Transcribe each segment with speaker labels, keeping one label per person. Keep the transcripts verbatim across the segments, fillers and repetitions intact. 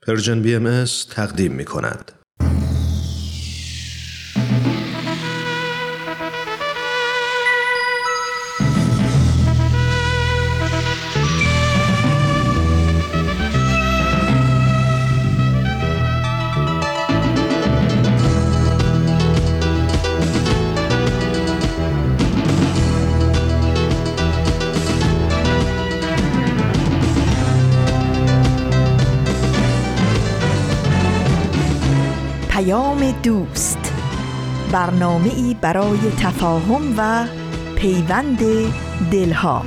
Speaker 1: پرژن بی ام اس تقدیم می کند.
Speaker 2: دوست، برنامه‌ای برای تفاهم و پیوند دلها.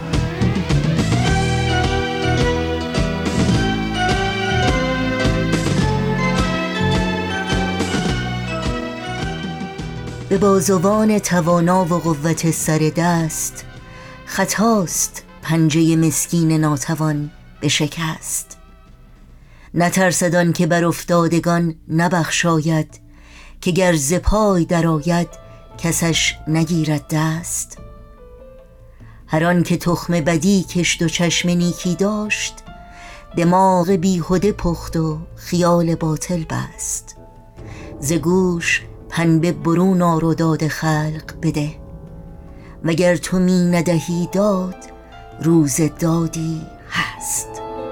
Speaker 3: به بازوان توانا و قوت سر دست، خطاست پنجه مسکین ناتوان به شکست. نترسدان که بر افتادگان نبخشاید، که گر ز پای درآید کسش نگیرد دست. هر آن که تخم بدی کشت و چشم نیکی داشت، دماغ بیهوده پخت و خیال باطل بست. ز گوش پنبه برون آر و داد خلق بده، وگر تو می ندهی داد روز دادی هست.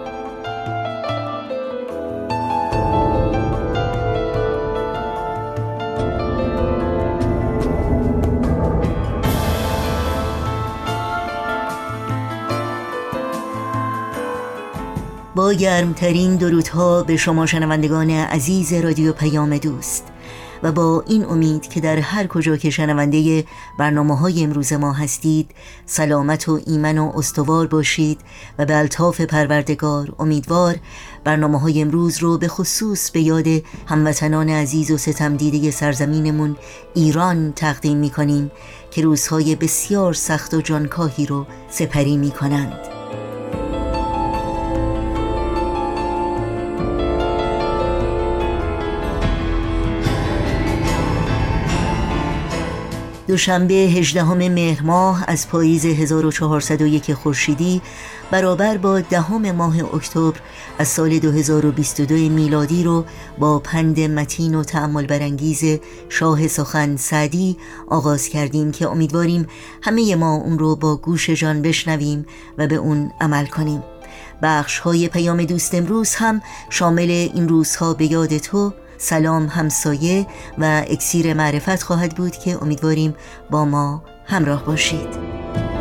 Speaker 3: با گرمترین درودها به شما شنوندگان عزیز رادیو پیام دوست و با این امید که در هر کجا که شنونده برنامه‌های امروز ما هستید سلامت و ایمن و استوار باشید و به الطاف پروردگار امیدوار برنامه‌های امروز رو به خصوص به یاد هموطنان عزیز و ستم دیده سرزمینمون ایران تقدیم می‌کنیم که روزهای بسیار سخت و جانکاهی رو سپری می‌کنند. دوشنبه هجدهم مهر ماه از پاییز هزار و چهارصد و یک خورشیدی برابر با دهم ماه اکتبر از سال دو هزار و بیست و دو میلادی رو با پند متین و تأمل برانگیز شاه سخن سعدی آغاز کردیم که امیدواریم همه ما اون رو با گوش جان بشنویم و به اون عمل کنیم. بخش های پیام دوست امروز هم شامل این روزها به یاد تو، سلام همسایه و اکسیر معرفت خواهد بود که امیدواریم با ما همراه باشید.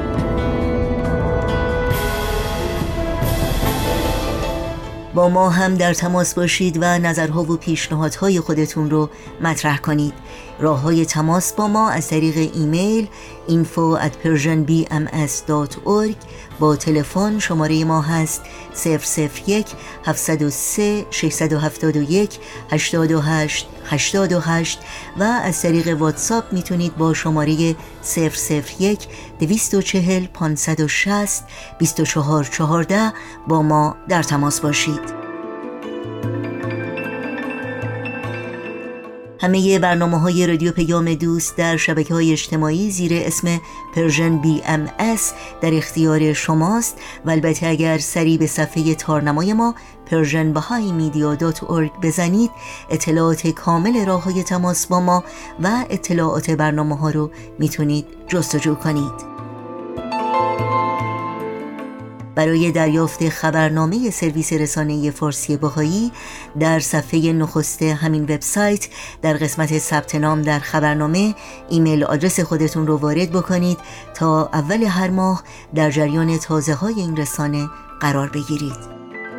Speaker 3: با ما هم در تماس باشید و نظرها و پیشنهادهای خودتون رو مطرح کنید. راه‌های تماس با ما از طریق ایمیل info at persian b m s dot org، با تلفن شماره ما هست صفر صفر یک هفت صفر سه شش هفت یک هشت هشت هشت هشت و از طریق واتساپ میتونید با شماره صفر صفر یک دویست و چهل پانصد و شصت بیست و چهار چهارده با ما در تماس باشید. همه برنامه‌های رادیو پیام دوست در شبکه‌های اجتماعی زیر اسم پرژن بی ام اس در اختیار شماست و البته اگر سری به صفحه تارنمای ما پرژن بهایی مدیا دات اورگ بزنید اطلاعات کامل راه‌های تماس با ما و اطلاعات برنامه‌ها رو میتونید جستجو کنید. برای دریافت خبرنامه سرویس رسانه فارسی بهایی در صفحه نخست همین وبسایت در قسمت ثبت نام در خبرنامه ایمیل آدرس خودتون رو وارد بکنید تا اول هر ماه در جریان تازه‌های این رسانه قرار بگیرید.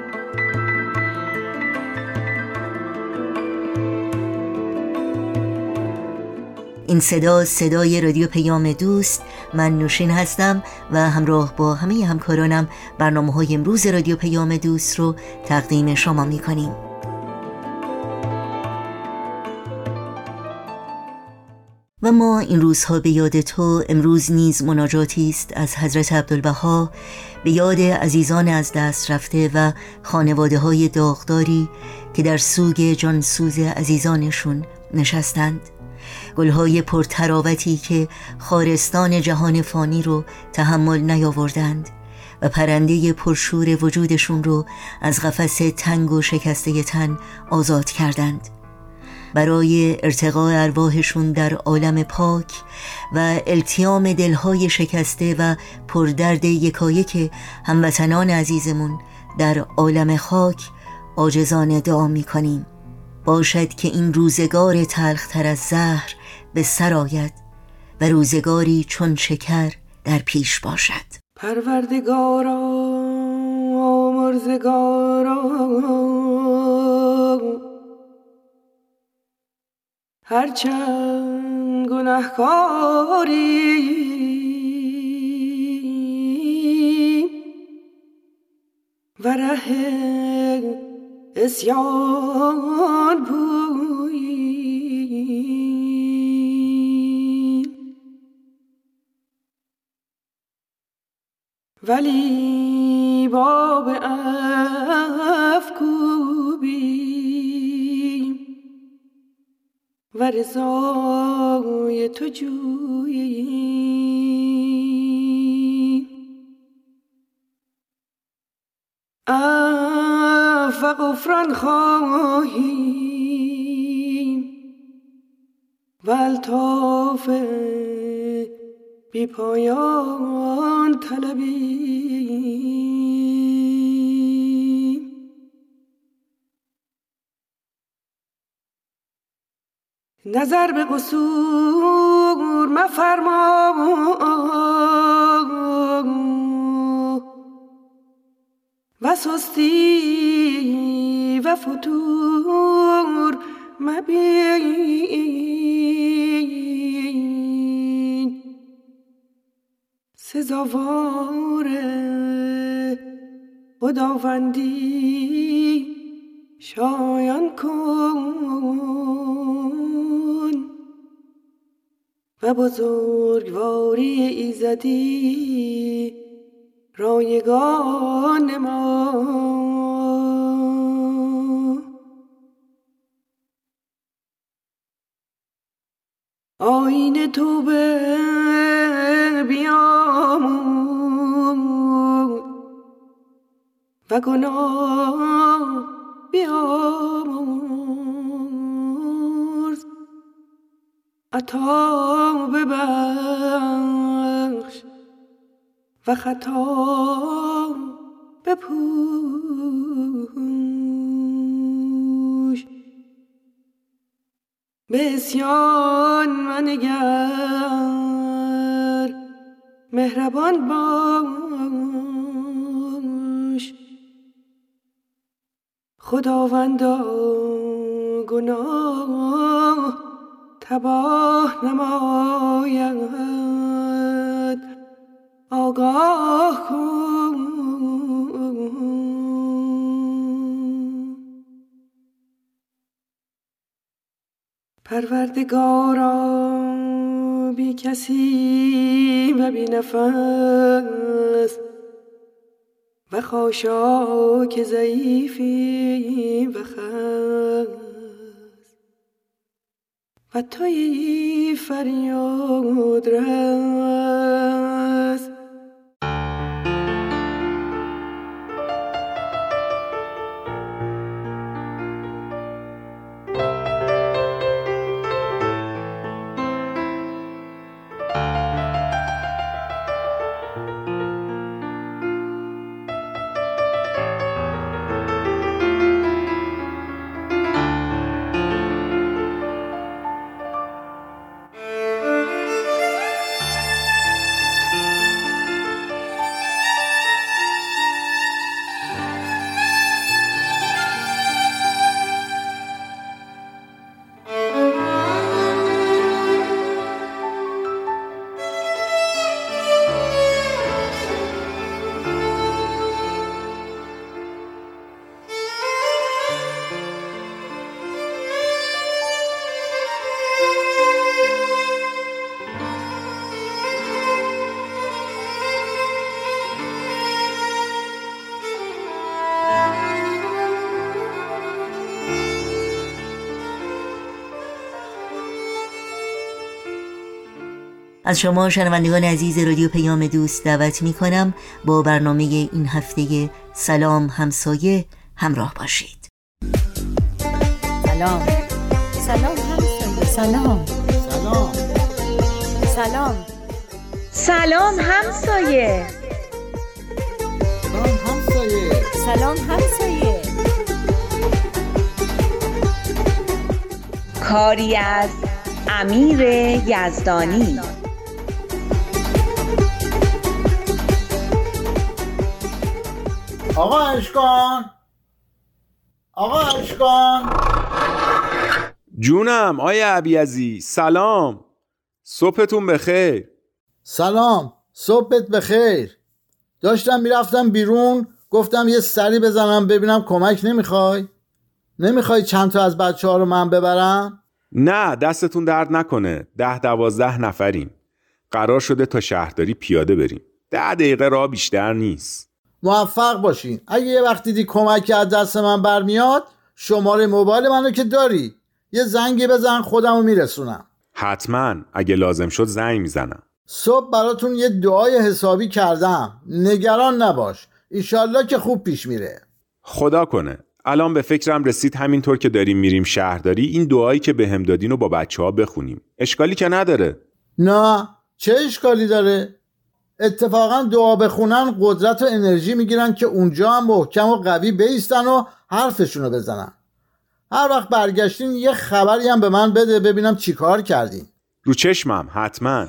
Speaker 3: این صدا صدای رادیو پیام دوست، من نوشین هستم و همراه با همه همکارانم برنامه‌های امروز رادیو پیام دوست رو تقدیم شما می‌کنیم. و ما این روزها به یاد تو امروز نیز مناجاتی است از حضرت عبدالبها به یاد عزیزان از دست رفته و خانواده‌های داغداری که در سوگ جانسوز عزیزانشون نشستند. گلهای پرتراوتی که خارستان جهان فانی رو تحمل نیاوردند و پرنده پرشور وجودشون رو از قفس تنگ و شکسته تن آزاد کردند. برای ارتقاء ارواحشون در عالم پاک و التیام دلهای شکسته و پردرد یکایک هموطنان عزیزمون در عالم خاک عاجزانه دعا می‌کنیم. باشد که این روزگار تلختر از زهر به سر آید و روزگاری چون شکر در پیش باشد.
Speaker 4: پروردگارا مرزگارا هرچند گناهکاری و ره اسیان پویی، ولی باب افکوبی و رضای تو جویی. عفو غفران خواهیم و الطاف بی پایان طلبیم. نظر به قصور مفرما و سستی و فتور مبین. سزاوار خداوندی شایان کن و بزرگواری ایزدی رایگان ما. آیین توبه بیاموز و گناه بیامرز. عطا ببخش و خطا بپوش. به عصیان منگر مهربان باش. خداوندا گناه تباه نماید، آگاه کن. پروردگارا بی کسی و بی نفس و خاشاک ضعیفی و خس و تویی فریاد رس.
Speaker 3: از شما شنوندگان عزیز رادیو پیام دوست دعوت می کنم با برنامه این هفته سلام همسایه همراه باشید.
Speaker 5: سلام سلام همسایه. سلام
Speaker 6: سلام
Speaker 5: سلام
Speaker 7: سلام همسایه.
Speaker 6: سلام همسایه.
Speaker 5: سلام همسایه.
Speaker 7: کاری از امیر یزدانی.
Speaker 6: آقا اشکان، آقا اشکان.
Speaker 8: جونم آیا عبیزی، سلام، صبحتون بخیر.
Speaker 6: سلام، صبحت بخیر. داشتم میرفتم بیرون، گفتم یه سری بزنم ببینم کمک نمیخوای؟ نمیخوای چند تا از بچه ها رو من ببرم؟
Speaker 8: نه دستتون درد نکنه، ده دوازده نفریم. قرار شده تا شهرداری پیاده بریم، ده دقیقه راه بیشتر نیست.
Speaker 6: موفق باشین. اگه یه وقت دیدی کمکی از دست من برمیاد، شماره موبایل منو که داری، یه زنگی بزن خودمو میرسونم.
Speaker 8: حتما، اگه لازم شد زنگ میزنم.
Speaker 6: صبح براتون یه دعای حسابی کردم، نگران نباش، ایشالله که خوب پیش میره.
Speaker 8: خدا کنه. الان به فکرم رسید همینطور که داریم میریم شهرداری این دعایی که بهم دادین رو با بچه ها بخونیم. اشکالی که نداره.
Speaker 6: نه، چه اشکالی داره؟ اتفاقا دعا بخونن قدرت و انرژی میگیرن که اونجا هم محکم و قوی بیستن و حرفشونو بزنن. هر وقت برگشتین یه خبری هم به من بده ببینم چی کار کردین.
Speaker 8: رو چشمم، حتما.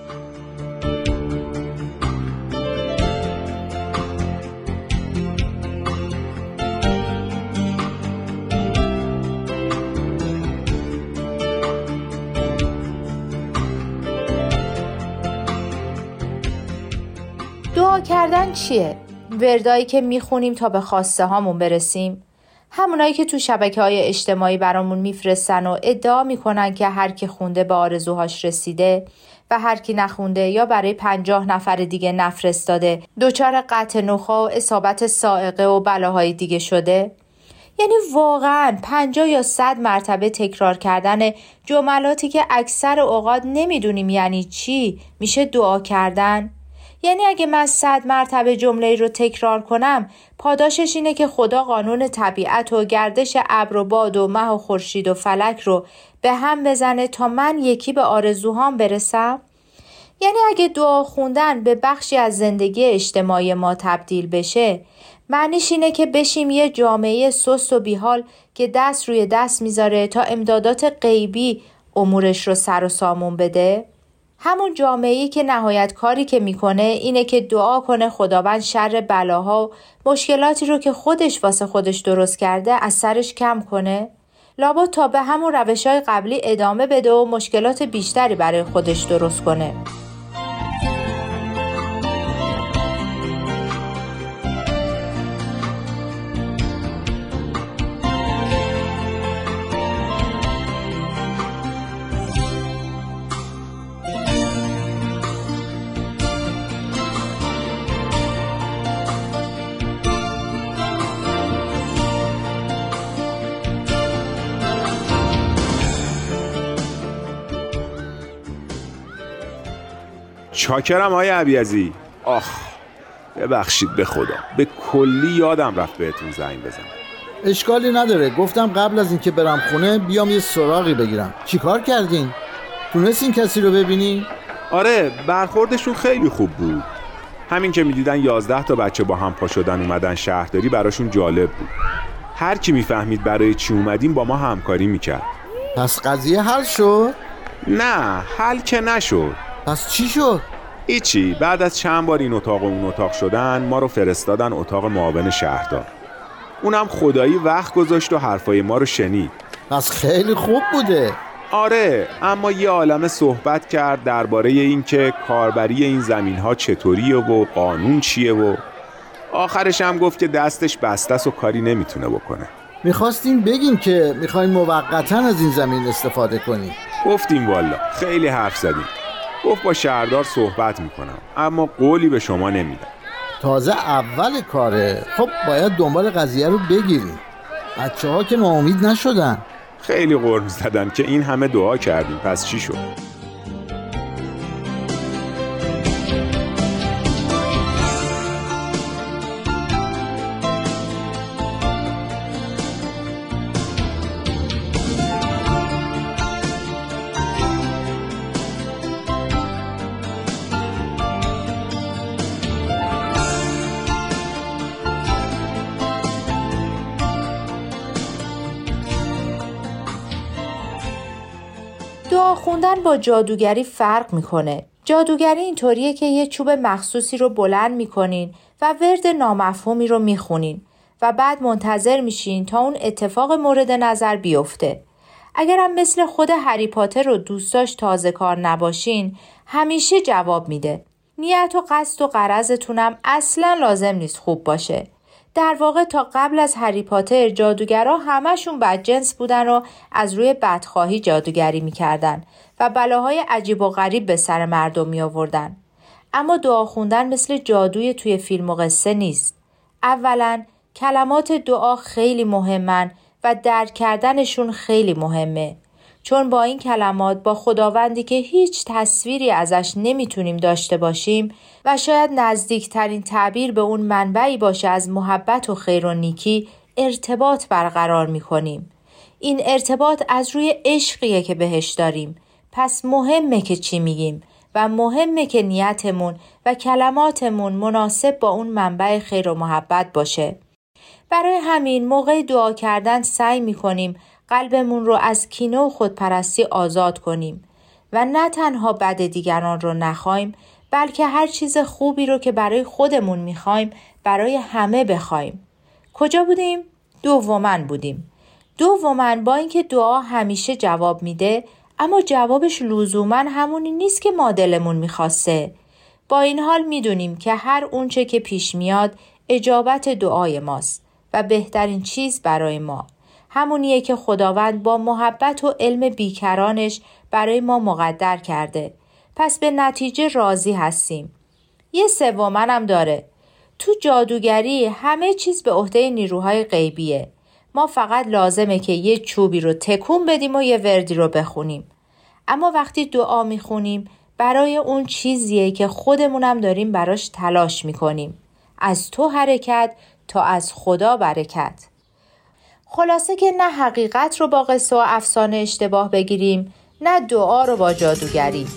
Speaker 9: دعا کردن چیه؟ وردایی که میخونیم تا به خواسته هامون برسیم؟ همونایی که تو شبکه‌های اجتماعی برامون میفرستن و ادعا میکنن که هر کی خونده به آرزوهاش رسیده و هر کی نخونده یا برای پنجاه نفر دیگه نفرستاده دچار قطع نخاع و اصابت صاعقه و بلاهای دیگه شده؟ یعنی واقعاً پنجاه یا صد مرتبه تکرار کردن جملاتی که اکثر اوقات نمیدونیم یعنی چی میشه دعا کردن؟ یعنی اگه من صد مرتبه جمله رو تکرار کنم پاداشش اینه که خدا قانون طبیعت و گردش ابر و باد و مه و خورشید و فلک رو به هم بزنه تا من یکی به آرزوهام برسم؟ یعنی اگه دعا خوندن به بخشی از زندگی اجتماعی ما تبدیل بشه معنیش اینه که بشیم یه جامعه سست و بیحال که دست روی دست میذاره تا امدادات غیبی امورش رو سر و سامون بده؟ همون جامعه‌ای که نهایت کاری که میکنه اینه که دعا کنه خداوند شر بلاها و مشکلاتی رو که خودش واسه خودش درست کرده از سرش کم کنه؟ لابد تا به همون روش‌های قبلی ادامه بده و مشکلات بیشتری برای خودش درست کنه.
Speaker 8: چاکرم آقای عبیزی. آخ ببخشید به خدا، به کلی یادم رفت بهتون زنگ بزنم.
Speaker 6: اشکالی نداره، گفتم قبل از اینکه برم خونه بیام یه سراغی بگیرم. چی کار کردین؟ تونستین کسی رو ببینی؟
Speaker 8: آره برخوردشون خیلی خوب بود. همین که میدیدن یازده تا بچه با هم پا شدن اومدن شهرداری براشون جالب بود. هر کی میفهمید برای چی اومدیم با ما همکاری میکرد.
Speaker 6: پس قضیه حل شد؟
Speaker 8: نه حل که نشد.
Speaker 6: پس چی شد؟
Speaker 8: هیچی. بعد از چند بار این اتاق و اون اتاق شدن ما رو فرستادن اتاق معاون شهردار. اونم خدایی وقت گذاشت و حرفای ما رو شنید.
Speaker 6: پس خیلی خوب بوده.
Speaker 8: آره اما یه عالمه صحبت کرد درباره این که کاربری این زمین‌ها چطوریه و قانون چیه و آخرش هم گفت که دستش بسته است و کاری نمیتونه بکنه.
Speaker 6: میخواستیم بگیم که میخوایم موقتاً از این زمین استفاده کنیم.
Speaker 8: گفتیم والا خیلی حرف زدیم. گفت با شهردار صحبت میکنم اما قولی به شما نمیدم.
Speaker 6: تازه اول کاره. خب باید دنبال قضیه رو بگیریم. بچه ها که ناامید نشدن.
Speaker 8: خیلی قرم زدن که این همه دعا کردیم. پس چی شد؟
Speaker 9: دعا خوندن با جادوگری فرق میکنه. جادوگری اینطوریه که یه چوب مخصوصی رو بلند میکنین و ورد نامفهومی رو میخونین و بعد منتظر میشین تا اون اتفاق مورد نظر بیفته. اگرم مثل خود هری پاتر رو دوستاش تازه کار نباشین، همیشه جواب میده. نیت و قصد و غرضتونم اصلا لازم نیست خوب باشه. در واقع تا قبل از هری پاتر جادوگرها همشون بدجنس بودن و از روی بدخواهی جادوگری میکردن و بلاهای عجیب و غریب به سر مردم می آوردن. اما دعا خوندن مثل جادوی توی فیلم و قصه نیست. اولا کلمات دعا خیلی مهمن و درک کردنشون خیلی مهمه. چون با این کلمات با خداوندی که هیچ تصویری ازش نمیتونیم داشته باشیم و شاید نزدیکترین تعبیر به اون منبعی باشه از محبت و خیر و نیکی ارتباط برقرار میکنیم. این ارتباط از روی عشقیه که بهش داریم. پس مهمه که چی میگیم و مهمه که نیتمون و کلماتمون مناسب با اون منبع خیر و محبت باشه. برای همین موقع دعا کردن سعی میکنیم قلبمون رو از کینه و خودپرستی آزاد کنیم و نه تنها بد دیگران رو نخوایم، بلکه هر چیز خوبی رو که برای خودمون میخوایم برای همه بخوایم. کجا بودیم؟ دومن بودیم. دومن با اینکه دعا همیشه جواب میده، اما جوابش لزوماً همونی نیست که ما دلمون میخواسته. با این حال میدونیم که هر اونچه که پیش میاد اجابت دعای ماست و بهترین چیز برای ما همونیه که خداوند با محبت و علم بیکرانش برای ما مقدر کرده. پس به نتیجه راضی هستیم. یه سومن هم داره. تو جادوگری همه چیز به عهده نیروهای غیبیه. ما فقط لازمه که یه چوبی رو تکون بدیم و یه وردی رو بخونیم. اما وقتی دعا میخونیم برای اون چیزیه که خودمونم داریم براش تلاش میکنیم. از تو حرکت تا از خدا برکت. خلاصه که نه حقیقت رو با قصه و افسانه اشتباه بگیریم، نه دعا رو با جادوگری.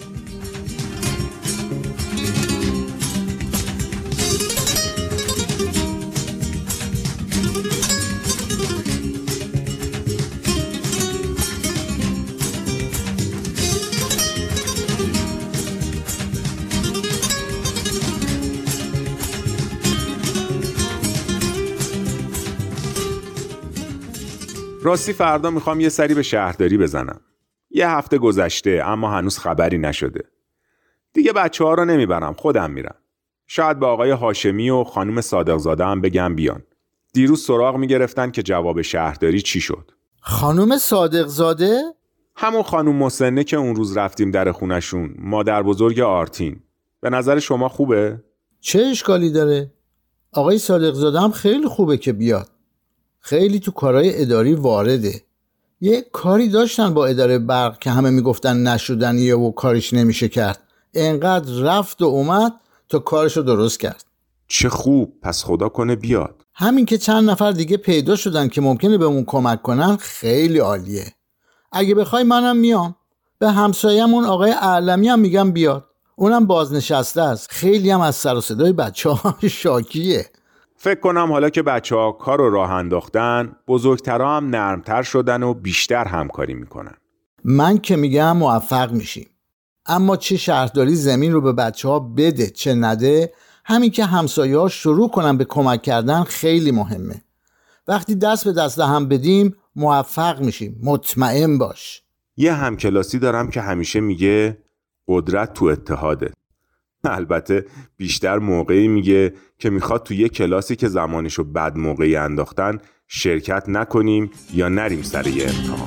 Speaker 8: راستی فردا میخوام یه سری به شهرداری بزنم. یه هفته گذشته اما هنوز خبری نشده. دیگه بچه ها رو نمیبرم، خودم میرم. شاید به آقای هاشمی و خانم صادق زاده هم بگم بیان. دیروز سراغ میگرفتن که جواب شهرداری چی شد.
Speaker 6: خانم صادق زاده؟
Speaker 8: همون خانم مسنه که اون روز رفتیم در خونشون، مادر بزرگ آرتین. به نظر شما خوبه؟
Speaker 6: چه اشکالی داره؟ آقای صادق زاده هم خیلی خوبه که بیاد. خیلی تو کارهای اداری وارده. یه کاری داشتن با اداره برق که همه میگفتن نشدنیه و کارش نمیشه کرد. انقدر رفت و اومد تا کارشو درست کرد.
Speaker 8: چه خوب، پس خدا کنه بیاد.
Speaker 6: همین که چند نفر دیگه پیدا شدن که ممکنه بهمون کمک کنن خیلی عالیه. اگه بخوای منم میام. به همسایه‌مون آقای اعلمی هم میگم بیاد. اونم بازنشسته است. خیلی هم از سر و صدای بچه‌ها شاکیه.
Speaker 8: فکر کنم حالا که بچه ها کار رو راه انداختن، بزرگترها هم نرمتر شدن و بیشتر همکاری میکنن.
Speaker 6: من که میگم موفق میشیم. اما چه شهرداری زمین رو به بچه ها بده چه نده، همین که همسایه ها شروع کنن به کمک کردن خیلی مهمه. وقتی دست به دست هم بدیم موفق میشیم، مطمئن باش.
Speaker 8: یه همکلاسی دارم که همیشه میگه قدرت تو اتحاده. البته بیشتر موقعی میگه که میخواد تو یه کلاسی که زمانشو بد موقعی انداختن شرکت نکنیم یا نریم سر یه امتحان.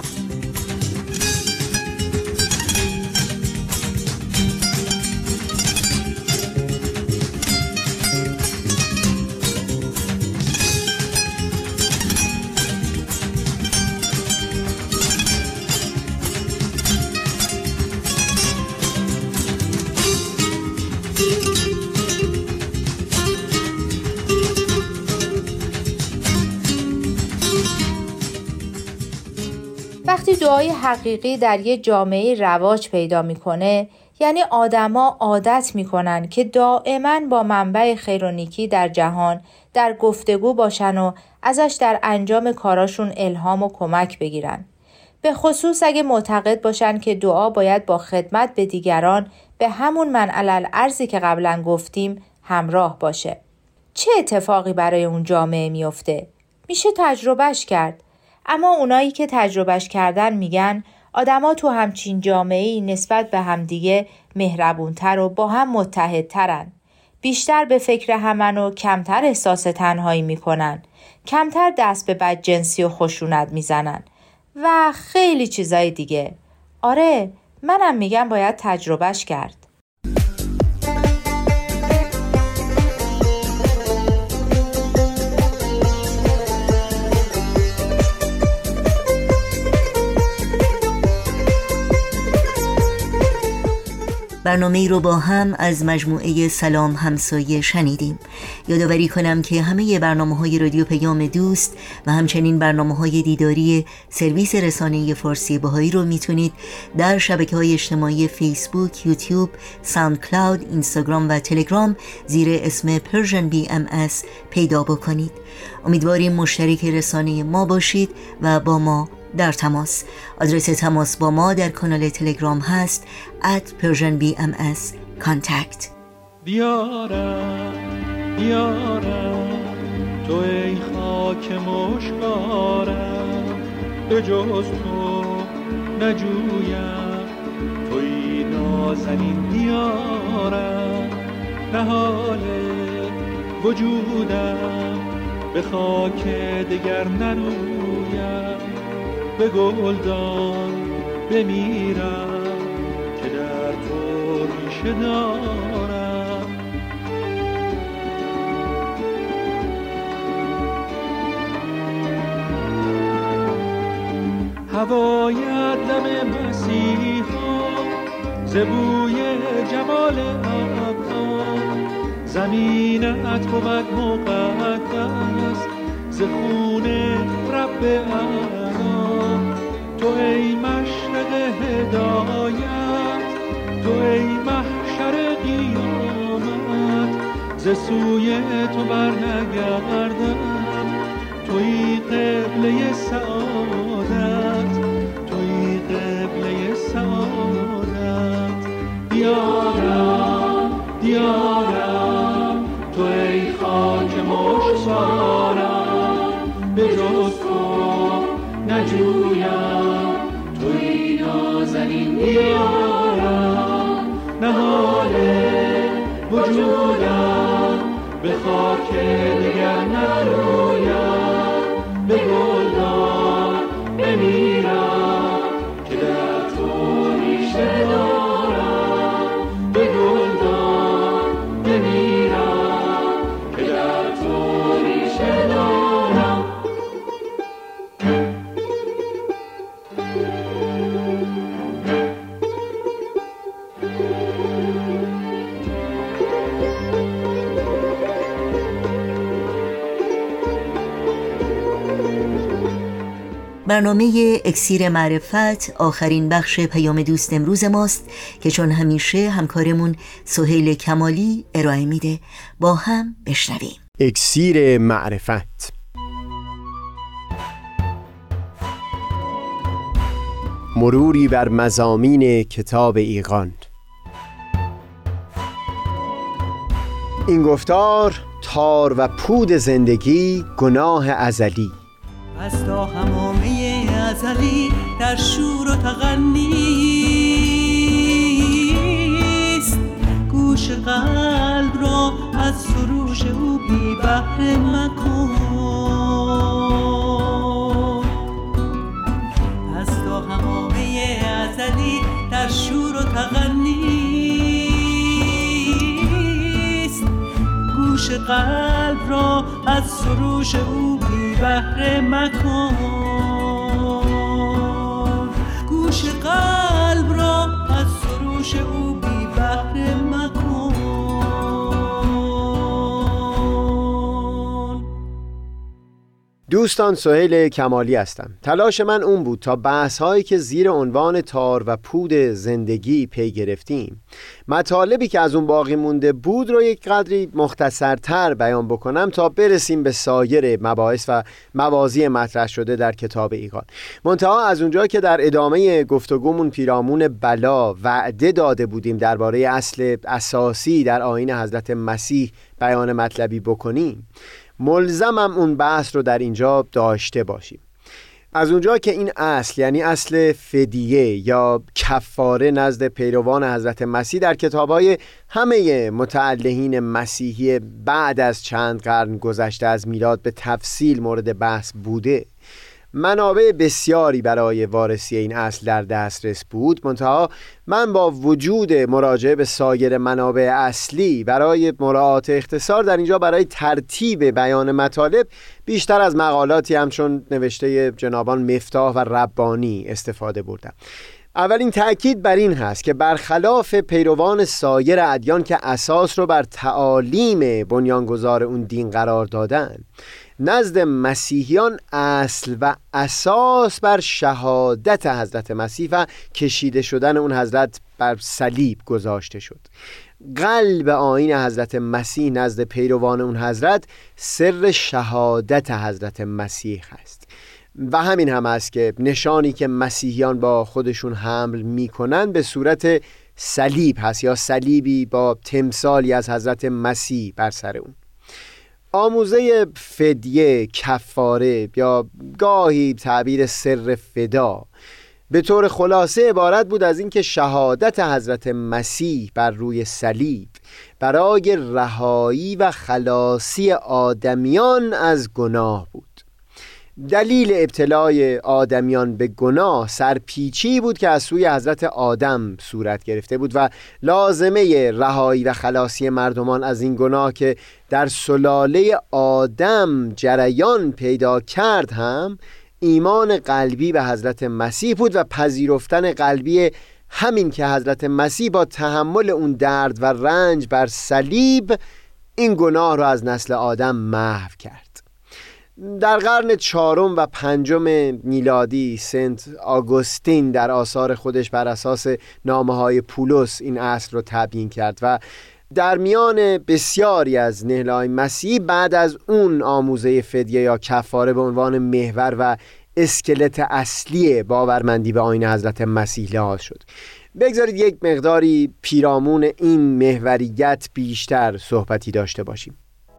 Speaker 9: وقتی دعای حقیقی در یه جامعه رواج پیدا میکنه، یعنی آدما عادت میکنن که دائما با منبع خیر و نیکی در جهان در گفتگو باشن و ازش در انجام کاراشون الهام و کمک بگیرن. به خصوص اگه معتقد باشن که دعا باید با خدمت به دیگران به همون منعل الارضی که قبلا گفتیم همراه باشه. چه اتفاقی برای اون جامعه میفته؟ میشه تجربهش کرد. اما اونایی که تجربهش کردن میگن آدما تو همچین جامعه‌ای نسبت به همدیگه مهربونتر و با هم متحدترن. بیشتر به فکر همن و کمتر احساس تنهایی میکنن. کمتر دست به بدجنسی و خشونت میزنن. و خیلی چیزای دیگه. آره، منم میگم باید تجربهش کرد.
Speaker 3: برنامه ای رو با هم از مجموعه سلام همسایه شنیدیم. یادآوری کنم که همه برنامه های رادیو پیام دوست و همچنین برنامه های دیداری سرویس رسانه فارسی بهایی رو میتونید در شبکه های اجتماعی فیسبوک، یوتیوب، ساوند کلاود، اینستاگرام و تلگرام زیر اسم پرژن بی ام اس پیدا بکنید. امیدواریم مشترک رسانه ما باشید و با ما در تماس. آدرس تماس با ما در کانال تلگرام هست ات پرژن بی ام اس کانتکت.
Speaker 10: دیارم دیارم تو ای خاک مشکارم، به جز تو نجویم، توی نازنین دیارم، نهال وجودم به خاک دگر نرویم، به گلدان بمیرم که در تو ریشه دارم. هوایت دم مسیحا، زبوی جمال ابها، زمینت بود مقدس ز خون رب اعلی. تو ای مشرق هدایت، تو ای محشر قیامت، ز سوی تو برنگردم، توی قبله سعادت، توی قبله سعادت. دیارم دیارم تو ای خاک مشکارم، به جز تو نجویم، توی نازنین دیارم، نهال وجودم به خاک دگر نرویم، به گلدان بمیرم که در تو ریشه دارم، به گلدان بمیرم که در تو ریشه دارم.
Speaker 3: برنامه اکسیر معرفت آخرین بخش پیام دوست امروز ماست که چون همیشه همکارمون سهیل کمالی ارائه میده. با هم بشنویم.
Speaker 11: اکسیر معرفت. مروری بر مضامین کتاب ایقان. این گفتار تار و پود زندگی گناه ازلی
Speaker 12: از تا همامه ازلی در شور و تغنیست، گوش قلب را از سروش او بی بهره مکن. از تا همامه ازلی در شور و تغنیست، گوش قلب را از سروش او بی بهره مکن. گوش قلب را از سروش او بی بهره مکن.
Speaker 11: دوستان، سهیل کمالی هستم. تلاش من اون بود تا بحث هایی که زیر عنوان تار و پود زندگی پی گرفتیم، مطالبی که از اون باقی مونده بود رو یک قدری مختصرتر بیان بکنم تا برسیم به سایر مباحث و موازی مطرح شده در کتاب ایقان. منتها از اونجا که در ادامه گفتگومون پیرامون بلا وعده داده بودیم درباره اصل اساسی در آیین حضرت مسیح بیان مطلبی بکنیم، ملزمم اون بحث رو در اینجا داشته باشیم. از اونجا که این اصل، یعنی اصل فدیه یا کفاره نزد پیروان حضرت مسیح در کتاب‌های همه متعلهین مسیحی بعد از چند قرن گذشته از میلاد به تفصیل مورد بحث بوده، منابع بسیاری برای وارسی این اصل در دسترس بود. منتها من با وجود مراجعه به سایر منابع اصلی برای مراعات اختصار در اینجا برای ترتیب بیان مطالب بیشتر از مقالاتی همچون نوشته جنابان مفتاح و ربانی استفاده بردم. اولین تأکید بر این هست که برخلاف پیروان سایر ادیان که اساس رو بر تعالیم بنیانگذار اون دین قرار دادن، نزد مسیحیان اصل و اساس بر شهادت حضرت مسیح و کشیده شدن اون حضرت بر صلیب گذاشته شد. قلب آیین حضرت مسیح نزد پیروان اون حضرت سر شهادت حضرت مسیح هست و همین هم است که نشانی که مسیحیان با خودشون حمل میکنن به صورت صلیب هست، یا صلیبی با تمثالی از حضرت مسیح بر سر اون. آموزه فدیه، کفاره یا گاهی تعبیر سر فدا به طور خلاصه عبارت بود از اینکه شهادت حضرت مسیح بر روی صلیب برای رهایی و خلاصی آدمیان از گناه بود. دلیل ابتلای آدمیان به گناه سرپیچی بود که از سوی حضرت آدم صورت گرفته بود و لازمه رهایی و خلاصی مردمان از این گناه که در سلاله آدم جریان پیدا کرد هم ایمان قلبی به حضرت مسیح بود و پذیرفتن قلبی همین که حضرت مسیح با تحمل اون درد و رنج بر صلیب این گناه را از نسل آدم محو کرد. در قرن چهارم و پنجم میلادی سنت آگوستین در آثار خودش بر اساس نامه‌های پولس این اصل رو تبیین کرد و در میان بسیاری از نهله‌های مسیحی بعد از اون آموزه فدیه یا کفاره به عنوان محور و اسکلت اصلی باورمندی به آیین حضرت مسیح لحاظ شد. بگذارید یک مقداری پیرامون این محوریت بیشتر صحبتی داشته باشیم.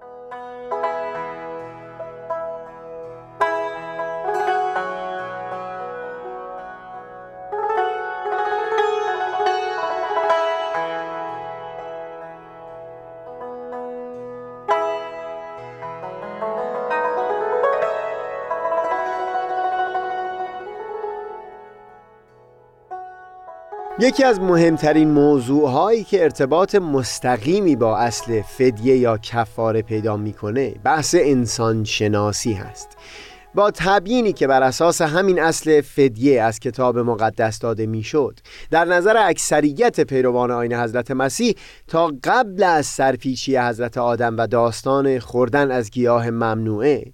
Speaker 11: یکی از مهمترین موضوعهایی که ارتباط مستقیمی با اصل فدیه یا کفاره پیدا میکنه بحث انسان شناسی هست. با تبیینی که بر اساس همین اصل فدیه از کتاب مقدس داده میشد، در نظر اکثریت پیروان آیین حضرت مسیح تا قبل از سرپیچی حضرت آدم و داستان خوردن از گیاه ممنوعه،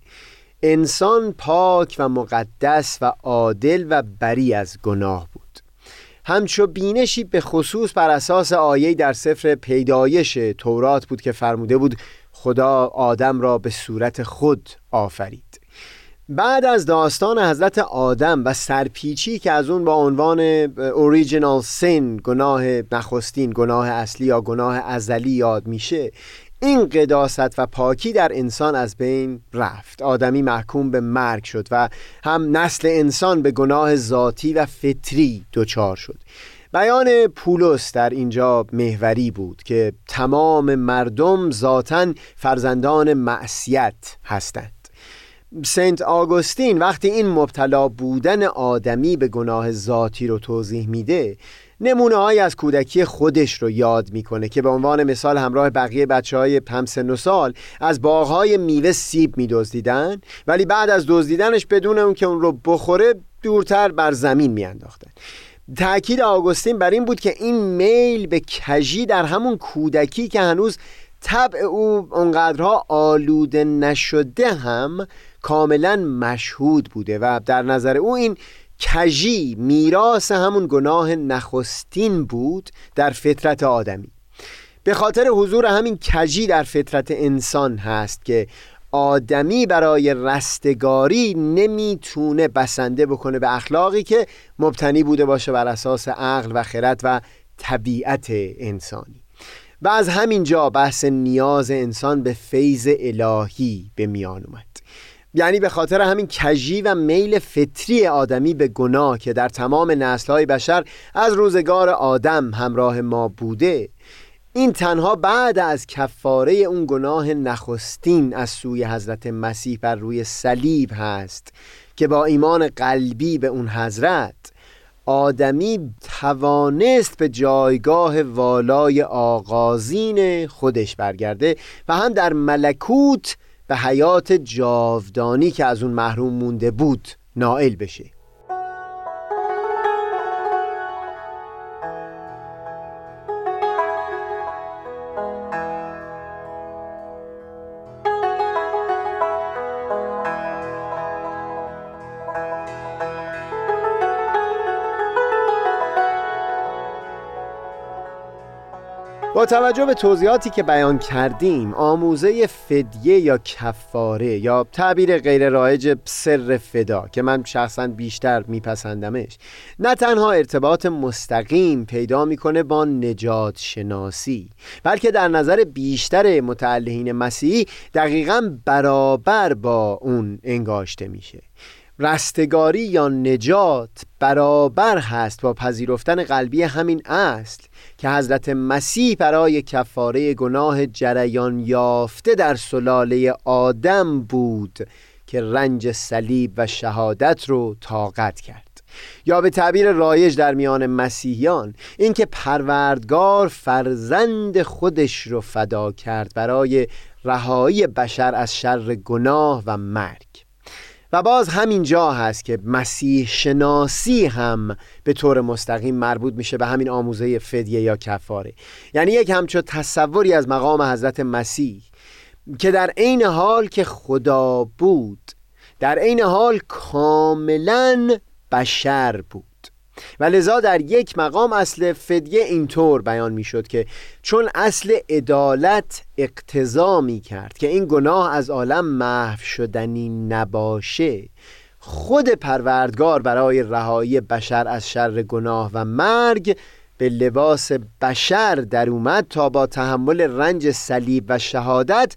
Speaker 11: انسان پاک و مقدس و عادل و بری از گناه بود. همچو بینشی به خصوص بر اساس آیه در سفر پیدایش تورات بود که فرموده بود خدا آدم را به صورت خود آفرید. بعد از داستان حضرت آدم و سرپیچی که از اون با عنوان اوریجینال سین، گناه نخستین، گناه اصلی یا گناه ازلی یاد میشه، این قداست و پاکی در انسان از بین رفت. آدمی محکوم به مرگ شد و هم نسل انسان به گناه ذاتی و فطری دچار شد. بیان پولس در اینجا محوری بود که تمام مردم ذاتاً فرزندان معصیت هستند. سنت آگوستین وقتی این مبتلا بودن آدمی به گناه ذاتی رو توضیح میده، نمونه های از کودکی خودش رو یاد میکنه که به عنوان مثال همراه بقیه بچه های همسن و سال از باغهای میوه سیب میدزدیدن، ولی بعد از دزدیدنش بدون اون که اون رو بخوره دورتر بر زمین میانداختن. تأکید آگوستین بر این بود که این میل به کژی در همون کودکی که هنوز طبع او اونقدرها آلوده نشده هم کاملا مشهود بوده و در نظر او این کژی میراث همون گناه نخستین بود در فطرت آدمی. به خاطر حضور همین کژی در فطرت انسان هست که آدمی برای رستگاری نمیتونه بسنده بکنه به اخلاقی که مبتنی بوده باشه بر اساس عقل و خرد و طبیعت انسانی. و از همین جا بحث نیاز انسان به فیض الهی به میان اومد. یعنی به خاطر همین کژی و میل فطری آدمی به گناه که در تمام نسل‌های بشر از روزگار آدم همراه ما بوده، این تنها بعد از کفاره اون گناه نخستین از سوی حضرت مسیح بر روی صلیب هست که با ایمان قلبی به اون حضرت آدمی توانست به جایگاه والای آغازین خودش برگرده و هم در ملکوت به حیات جاودانی که از اون محروم مونده بود نائل بشه. با توجه به توضیحاتی که بیان کردیم، آموزه فدیه یا کفاره یا تعبیر غیر رایج سر فدا که من شخصا بیشتر میپسندمش، نه تنها ارتباط مستقیم پیدا میکنه با نجات شناسی، بلکه در نظر بیشتر متعلهین مسیحی دقیقاً برابر با اون انگاشته میشه. رستگاری یا نجات برابر هست با پذیرفتن قلبی همین اصل که حضرت مسیح برای کفاره گناه جریان یافته در سلاله آدم بود که رنج صلیب و شهادت رو طاقت کرد. یا به تعبیر رایج در میان مسیحیان، این که پروردگار فرزند خودش رو فدا کرد برای رهایی بشر از شر گناه و مرگ. و باز همین جا هست که مسیح شناسی هم به طور مستقیم مربوط میشه به همین آموزه فدیه یا کفاره. یعنی یک همچون تصوری از مقام حضرت مسیح که در عین حال که خدا بود، در عین حال کاملا بشر بود. و لذا در یک مقام اصل فدیه اینطور بیان می شد که چون اصل عدالت اقتضا می کرد که این گناه از عالم محو شدنی نباشه، خود پروردگار برای رهایی بشر از شر گناه و مرگ به لباس بشر در اومد تا با تحمل رنج صلیب و شهادت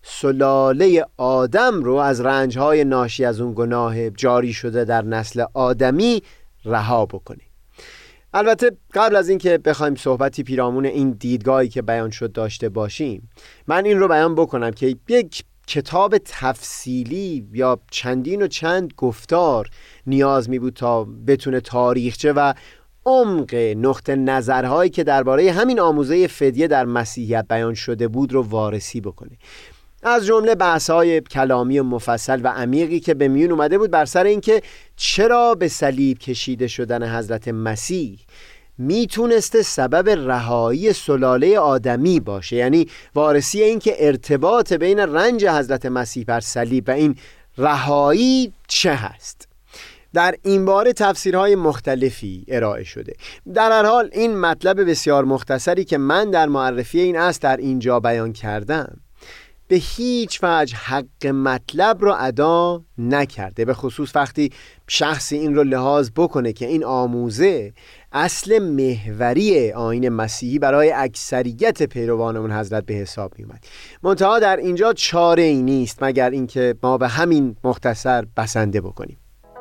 Speaker 11: سلاله آدم رو از رنجهای ناشی از اون گناه جاری شده در نسل آدمی رها بکنه. البته قبل از اینکه بخوایم صحبتی پیرامون این دیدگاهی که بیان شد داشته باشیم، من این رو بیان بکنم که یک کتاب تفصیلی یا چندین و چند گفتار نیاز می بود تا بتونه تاریخچه و عمق نقطه نظرهایی که درباره همین آموزه فدیه در مسیحیت بیان شده بود رو وارسی بکنه. از جمله بحث‌های کلامی و مفصل و عمیقی که به میون اومده بود بر سر اینکه چرا به صلیب کشیده شدن حضرت مسیح میتونسته سبب رهایی سلاله آدمی باشه، یعنی وارسی این که ارتباط بین رنج حضرت مسیح بر صلیب و این رهایی چه هست. در این باره تفسیرهای مختلفی ارائه شده. در هر حال این مطلب بسیار مختصری که من در معرفی این اصل در اینجا بیان کردم به هیچ وجه حق مطلب رو ادا نکرده، به خصوص وقتی شخصی این رو لحاظ بکنه که این آموزه اصل محوری آیین مسیحی برای اکثریت پیروان اون حضرت به حساب می اومد. منتها در اینجا چاره ای نیست مگر اینکه ما به همین مختصر بسنده بکنیم.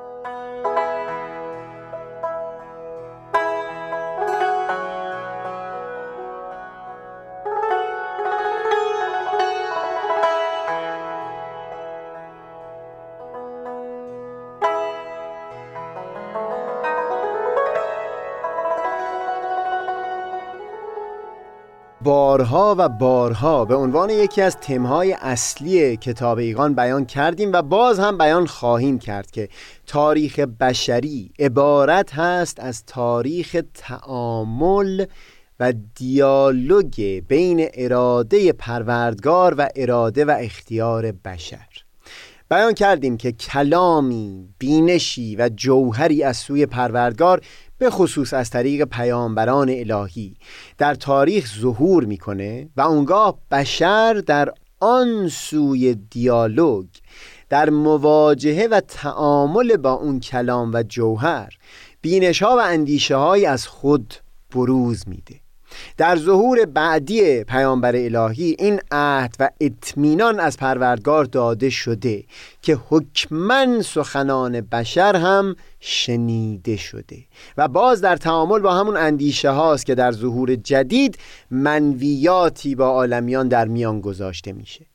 Speaker 11: بارها و بارها به عنوان یکی از تمهای اصلی کتاب ایقان بیان کردیم و باز هم بیان خواهیم کرد که تاریخ بشری عبارت هست از تاریخ تعامل و دیالوگ بین اراده پروردگار و اراده و اختیار بشر. بیان کردیم که کلامی، بینشی و جوهری از سوی پروردگار به خصوص از طریق پیامبران الهی در تاریخ ظهور میکنه و اونگاه بشر در آن سوی دیالوگ، در مواجهه و تعامل با اون کلام و جوهر، بینش‌ها و اندیشه‌های از خود بروز میده. در ظهور بعدی پیامبر الهی این عهد و اطمینان از پروردگار داده شده که حکماً سخنان بشر هم شنیده شده و باز در تعامل با همون اندیشه هاست که در ظهور جدید منویاتی با عالمیان در میان گذاشته میشه.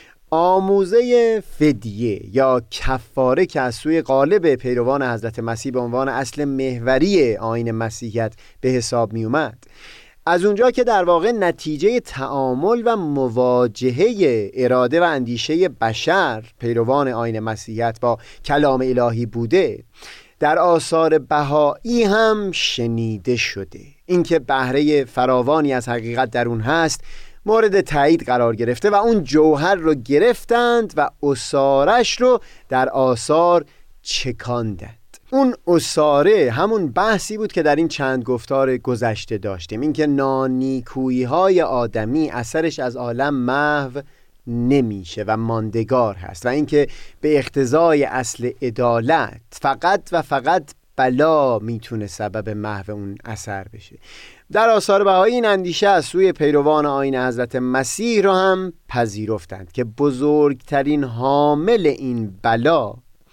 Speaker 11: آموزه فدیه یا کفاره که از سوی قالب پیروان حضرت مسیح به عنوان اصل محوری آیین مسیحیت به حساب می اومد، از اونجا که در واقع نتیجه تعامل و مواجهه اراده و اندیشه بشر پیروان آیین مسیحیت با کلام الهی بوده، در آثار بهایی هم شنیده شده. اینکه بهره فراوانی از حقیقت در اون هست مورد تایید قرار گرفته و اون جوهر رو گرفتند و اسارش رو در آثار چکاندند. اون اساره همون بحثی بود که در این چند گفتار گذشته داشتیم، اینکه نانیکویی های آدمی اثرش از عالم محو نمیشه و ماندگار هست و اینکه به اقتضای اصل عدالت فقط و فقط بلا میتونه سبب محو اون اثر بشه. در آثار بهایی این اندیشه از سوی پیروان آیین حضرت مسیح را هم پذیرفتند که بزرگترین حامل این بلا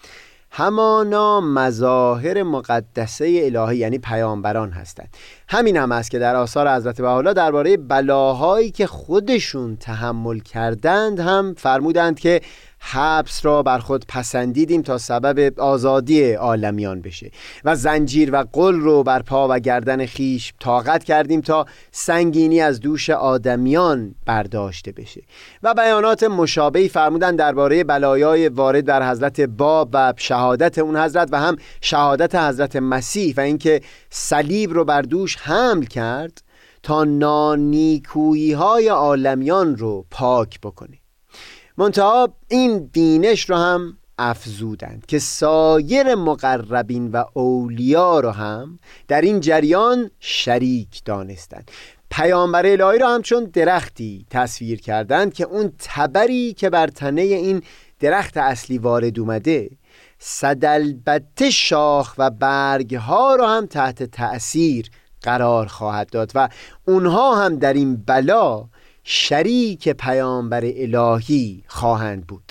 Speaker 11: همانا مظاهر مقدسه الهی یعنی پیامبران هستند. همین هم است که در آثار حضرت بهاءالله درباره بلاهایی که خودشون تحمل کردند هم فرمودند که حبس را بر خود پسندیدیم تا سبب آزادی عالمیان بشه و زنجیر و قل رو بر پا و گردن خیش طاقت کردیم تا سنگینی از دوش آدمیان برداشته بشه و بیانات مشابهی فرمودن درباره بلایای وارد بر حضرت باب و شهادت اون حضرت و هم شهادت حضرت مسیح و اینکه صلیب رو بر دوش حمل کرد تا نانیکویی های عالمیان رو پاک بکنه. منتها این بینش رو هم افزودند که سایر مقربین و اولیا رو هم در این جریان شریک دانستند. پیامبر الهی رو هم چون درختی تصویر کردند که اون تبری که بر تنه این درخت اصلی وارد اومده صدالبته شاخ و برگ ها رو هم تحت تأثیر قرار خواهد داد و اونها هم در این بلا شریک پیامبر الهی خواهند بود.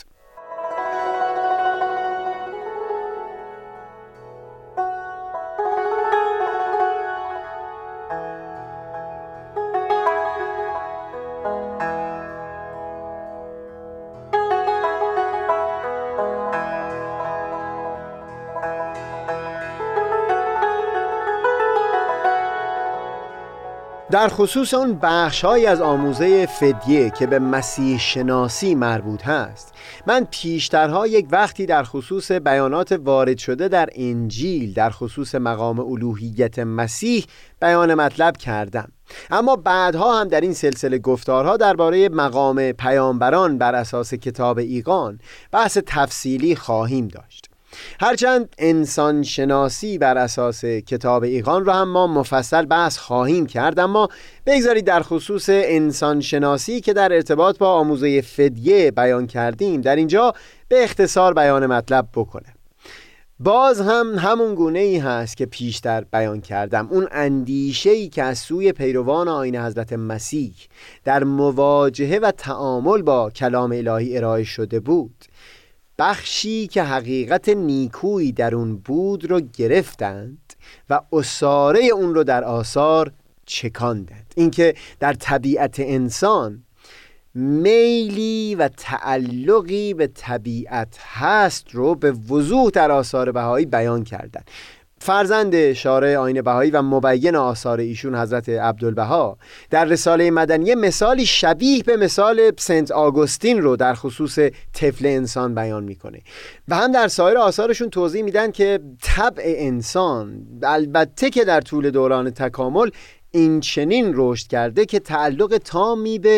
Speaker 11: در خصوص اون بخش‌هایی از آموزه فدیه که به مسیح شناسی مربوط هست، من پیشترها یک وقتی در خصوص بیانات وارد شده در انجیل در خصوص مقام الوهیت مسیح بیان مطلب کردم، اما بعدها هم در این سلسله گفتارها درباره مقام پیامبران بر اساس کتاب ایقان بحث تفصیلی خواهیم داشت. هرچند انسان شناسی بر اساس کتاب ایقان را هم ما مفصل بحث خواهیم کرد، اما بگذارید در خصوص انسان شناسی که در ارتباط با آموزه فدیه بیان کردیم در اینجا به اختصار بیان مطلب بکنم. باز هم همون گونه ای هست که پیشتر بیان کردم، اون اندیشه‌ای که از سوی پیروان آیین حضرت مسیح در مواجهه و تعامل با کلام الهی ارائه شده بود، بخشی که حقیقت نیکویی در اون بود رو گرفتند و اساره اون رو در آثار چکاندند. اینکه در طبیعت انسان میلی و تعلقی به طبیعت هست رو به وضوح در آثار بهایی بیان کردند. فرزند شارع آیین بهایی و مبین آثار ایشون حضرت عبدالبها در رساله مدنیه مثالی شبیه به مثال سنت آگوستین رو در خصوص طفل انسان بیان میکنه و هم در سایر آثارشون توضیح میدن که طبع انسان البته که در طول دوران تکامل این چنین رشد کرده که تعلق تامی به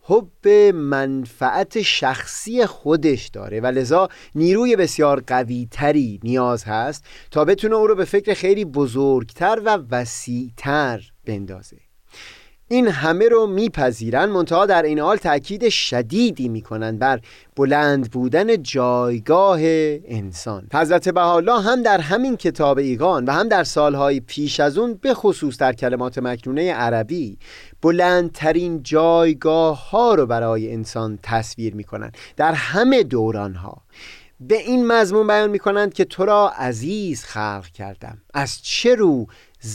Speaker 11: حب منفعت شخصی خودش داره و لذا نیروی بسیار قوی تری نیاز هست تا بتونه او رو به فکر خیلی بزرگتر و وسیعتر بندازه. این همه رو میپذیرن، منتها در این حال تأکید شدیدی میکنن بر بلند بودن جایگاه انسان. حضرت بهاءالله هم در همین کتاب ایقان و هم در سالهای پیش از اون، به خصوص در کلمات مکنونه عربی، بلندترین جایگاه ها رو برای انسان تصویر میکنن. در همه دوران ها به این مضمون بیان میکنند که تو را عزیز خلق کردم، از چه رو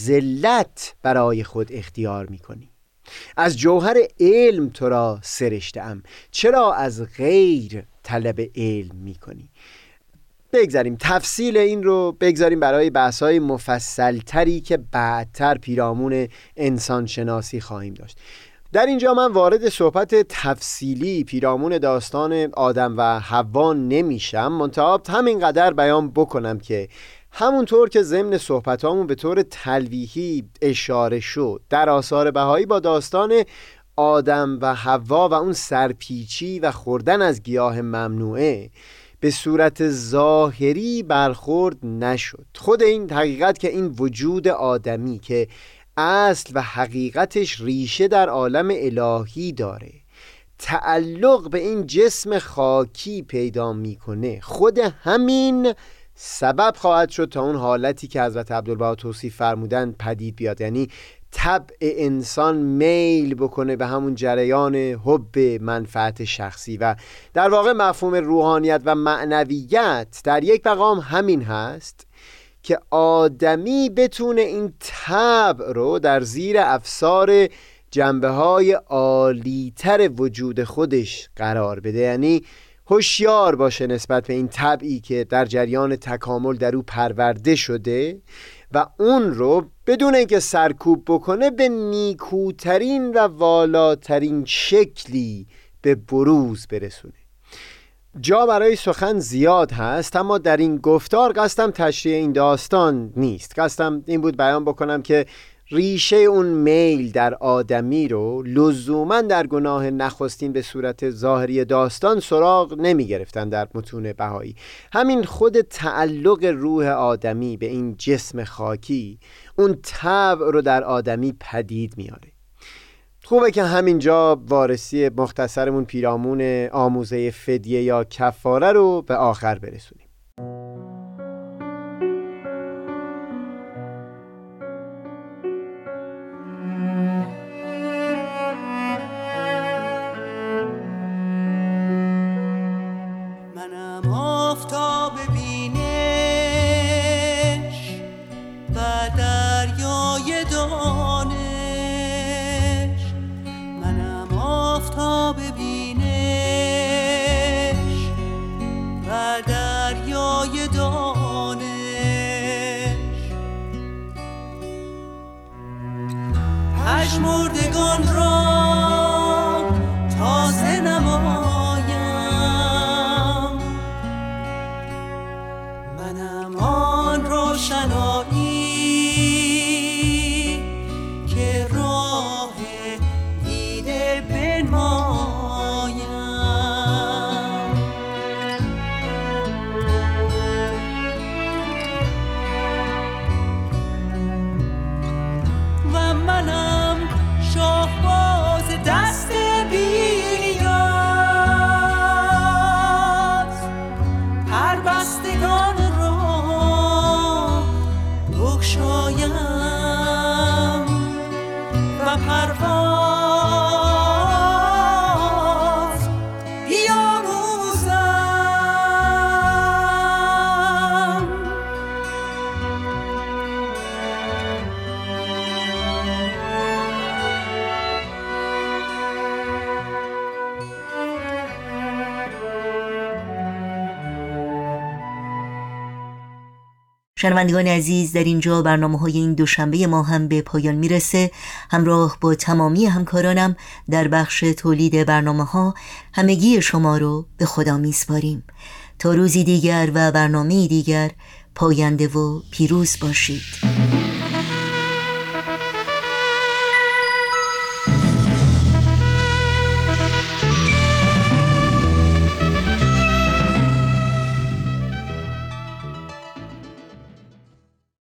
Speaker 11: ذلت برای خود اختیار میکنی؟ از جوهر علم تو را سرشتم، چرا از غیر طلب علم میکنی؟ بگذاریم تفصیل این رو بگذاریم برای بحث‌های مفصل‌تری که بعدتر پیرامون انسان شناسی خواهیم داشت. در اینجا من وارد صحبت تفصیلی پیرامون داستان آدم و حوا نمیشم، منتها همینقدر بیان بکنم که همونطور که ضمن صحبتامون به طور تلویحی اشاره شد، در آثار بهایی با داستان آدم و حوا و اون سرپیچی و خوردن از گیاه ممنوعه به صورت ظاهری برخورد نشد. خود این حقیقت که این وجود آدمی که اصل و حقیقتش ریشه در عالم الهی داره، تعلق به این جسم خاکی پیدا میکنه، خود همین سبب خواهد شد تا اون حالتی که حضرت عبدالبها توصیف فرمودن پدید بیاد، یعنی طبع انسان میل بکنه به همون جریان حب منفعت شخصی. و در واقع مفهوم روحانیت و معنویت در یک مقام همین هست که آدمی بتونه این طبع رو در زیر افسار جنبه‌های عالی‌تر وجود خودش قرار بده، یعنی هوشیار باشه نسبت به این طبعی که در جریان تکامل در او پرورده شده و اون رو بدون اینکه سرکوب بکنه به نیکوترین و والاترین شکلی به بروز برسونه. جا برای سخن زیاد هست، اما در این گفتار قصدم تشریح این داستان نیست. قصدم این بود بیان بکنم که ریشه اون میل در آدمی رو لزوما در گناه نخستین به صورت ظاهری داستان سراغ نمی گرفتن در متون بهایی. همین خود تعلق روح آدمی به این جسم خاکی اون طبع رو در آدمی پدید میاره. خوبه که همینجا وارسی مختصرمون پیرامون آموزه فدیه یا کفاره رو به آخر برسونیم.
Speaker 12: پژمردگان را تازه نمایم، منم آن روشنایی که راه دیده بنمایم. و منم شاهباز دست بی‌نیاز، پربستگان را بگشایم و پرواز بیاموزم.
Speaker 3: شنوندگان عزیز، در اینجا برنامه های این دوشنبه ما هم به پایان میرسه. همراه با تمامی همکارانم در بخش تولید برنامه ها همگی شما رو به خدا میسپاریم. تا روزی دیگر و برنامه دیگر، پاینده و پیروز باشید.